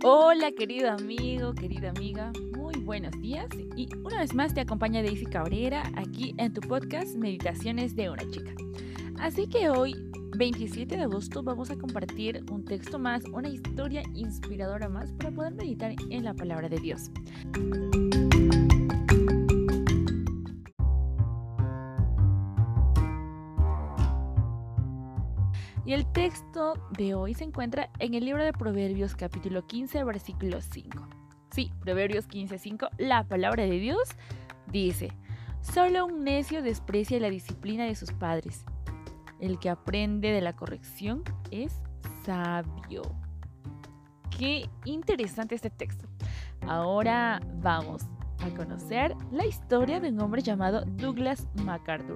Hola querido amigo, querida amiga, muy buenos días y una vez más te acompaña Daisy Cabrera aquí en tu podcast Meditaciones de una chica. Así que hoy, 27 de agosto, vamos a compartir un texto más, una historia inspiradora más para poder meditar en la palabra de Dios. Y el texto de hoy se encuentra en el libro de Proverbios capítulo 15, versículo 5. Sí, Proverbios 15:5, la palabra de Dios dice: solo un necio desprecia la disciplina de sus padres. El que aprende de la corrección es sabio. Qué interesante este texto. Ahora vamos a conocer la historia de un hombre llamado Douglas MacArthur.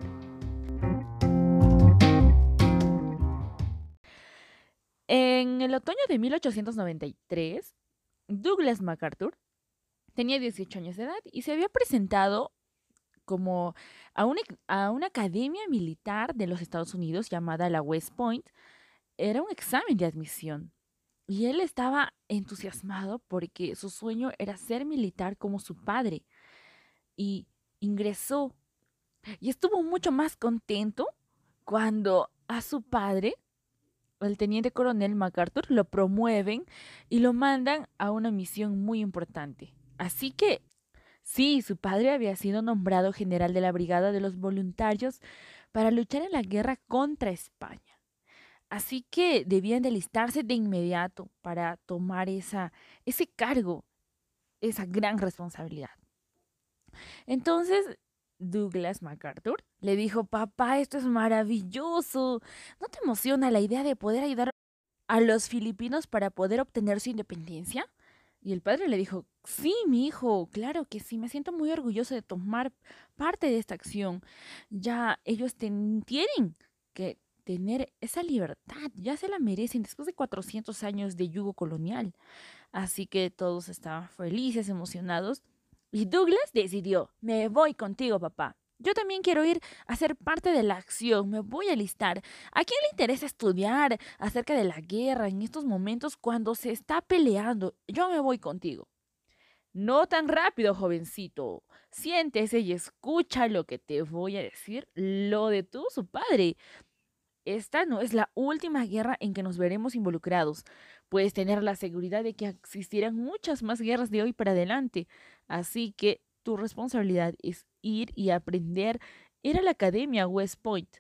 En el otoño de 1893, Douglas MacArthur tenía 18 años de edad y se había presentado como a una academia militar de los Estados Unidos llamada la West Point. Era un examen de admisión y él estaba entusiasmado porque su sueño era ser militar como su padre y ingresó y estuvo mucho más contento cuando a su padre, el teniente coronel MacArthur, lo promueven y lo mandan a una misión muy importante. Así que sí, su padre había sido nombrado general de la Brigada de los Voluntarios para luchar en la guerra contra España. Así que debían de alistarse de inmediato para tomar ese cargo, esa gran responsabilidad. Entonces, Douglas MacArthur le dijo: papá, esto es maravilloso. ¿No te emociona la idea de poder ayudar a los filipinos para poder obtener su independencia? Y el padre le dijo: sí, mi hijo, claro que sí, me siento muy orgulloso de tomar parte de esta acción. Ya ellos tienen que tener esa libertad, ya se la merecen después de 400 años de yugo colonial. Así que todos estaban felices, emocionados. Y Douglas decidió: me voy contigo, papá. Yo también quiero ir a ser parte de la acción, me voy a alistar. ¿A quién le interesa estudiar acerca de la guerra en estos momentos cuando se está peleando? Yo me voy contigo. No tan rápido, jovencito. Siéntese y escucha lo que te voy a decir. Lo detuvo su padre. Esta no es la última guerra en que nos veremos involucrados. Puedes tener la seguridad de que existirán muchas más guerras de hoy para adelante. Así que tu responsabilidad es ir y aprender. Ir a la academia West Point.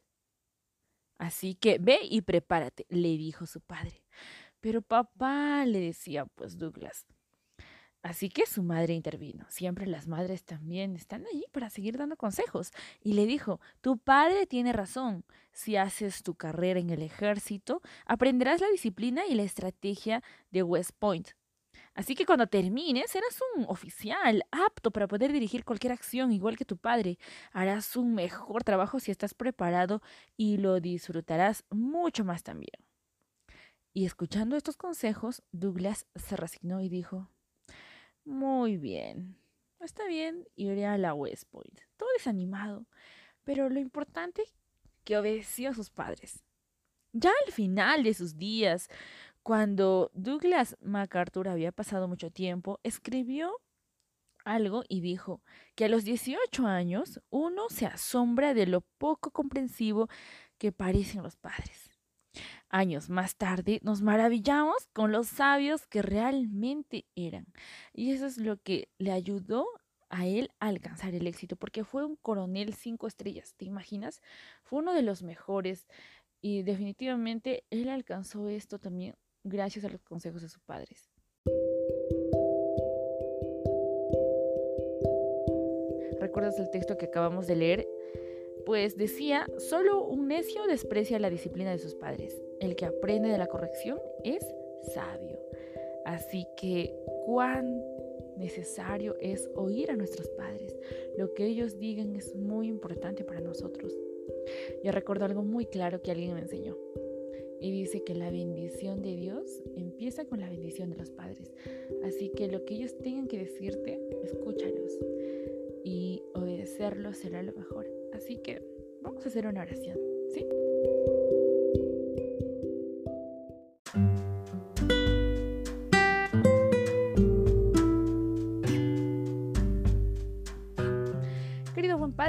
Así que ve y prepárate, le dijo su padre. Pero papá, le decía pues Douglas. Así que su madre intervino. Siempre las madres también están allí para seguir dando consejos. Y le dijo: tu padre tiene razón. Si haces tu carrera en el ejército, aprenderás la disciplina y la estrategia de West Point. Así que cuando termines, serás un oficial apto para poder dirigir cualquier acción, igual que tu padre. Harás un mejor trabajo si estás preparado y lo disfrutarás mucho más también. Y escuchando estos consejos, Douglas se resignó y dijo: muy bien. Está bien, iré a la West Point. Todo desanimado, pero lo importante que obedeció a sus padres. Ya al final de sus días, cuando Douglas MacArthur había pasado mucho tiempo, escribió algo y dijo que a los 18 años uno se asombra de lo poco comprensivo que parecen los padres. Años más tarde nos maravillamos con los sabios que realmente eran. Y eso es lo que le ayudó a él a alcanzar el éxito, porque fue un coronel 5 estrellas, ¿te imaginas? Fue uno de los mejores y definitivamente él alcanzó esto también gracias a los consejos de sus padres. ¿Recuerdas el texto que acabamos de leer? Pues decía: solo un necio desprecia la disciplina de sus padres. El que aprende de la corrección es sabio. Así que, cuán necesario es oír a nuestros padres. Lo que ellos digan es muy importante para nosotros. Yo recuerdo algo muy claro que alguien me enseñó. Y dice que la bendición de Dios empieza con la bendición de los padres. Así que lo que ellos tengan que decirte, escúchalos. Y obedecerlos será lo mejor. Así que vamos a hacer una oración, ¿sí?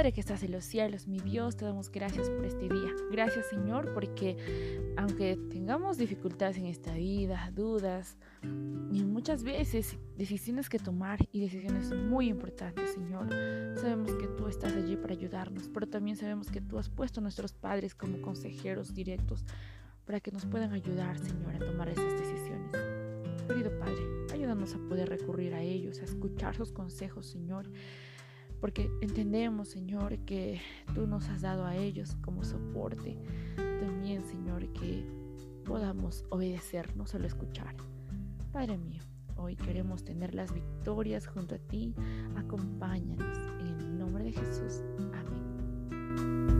Padre que estás en los cielos, mi Dios, te damos gracias por este día. Gracias, Señor, porque aunque tengamos dificultades en esta vida, dudas, y muchas veces decisiones que tomar y decisiones muy importantes, Señor, sabemos que tú estás allí para ayudarnos, pero también sabemos que tú has puesto a nuestros padres como consejeros directos para que nos puedan ayudar, Señor, a tomar esas decisiones. Querido Padre, ayúdanos a poder recurrir a ellos, a escuchar sus consejos, Señor, porque entendemos, Señor, que tú nos has dado a ellos como soporte. También, Señor, que podamos obedecer, no solo escuchar. Padre mío, hoy queremos tener las victorias junto a ti. Acompáñanos en el nombre de Jesús. Amén.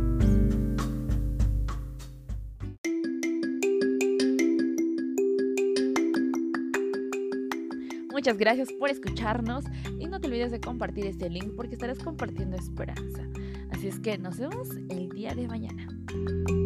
Muchas gracias por escucharnos y no te olvides de compartir este link porque estarás compartiendo esperanza. Así es que nos vemos el día de mañana.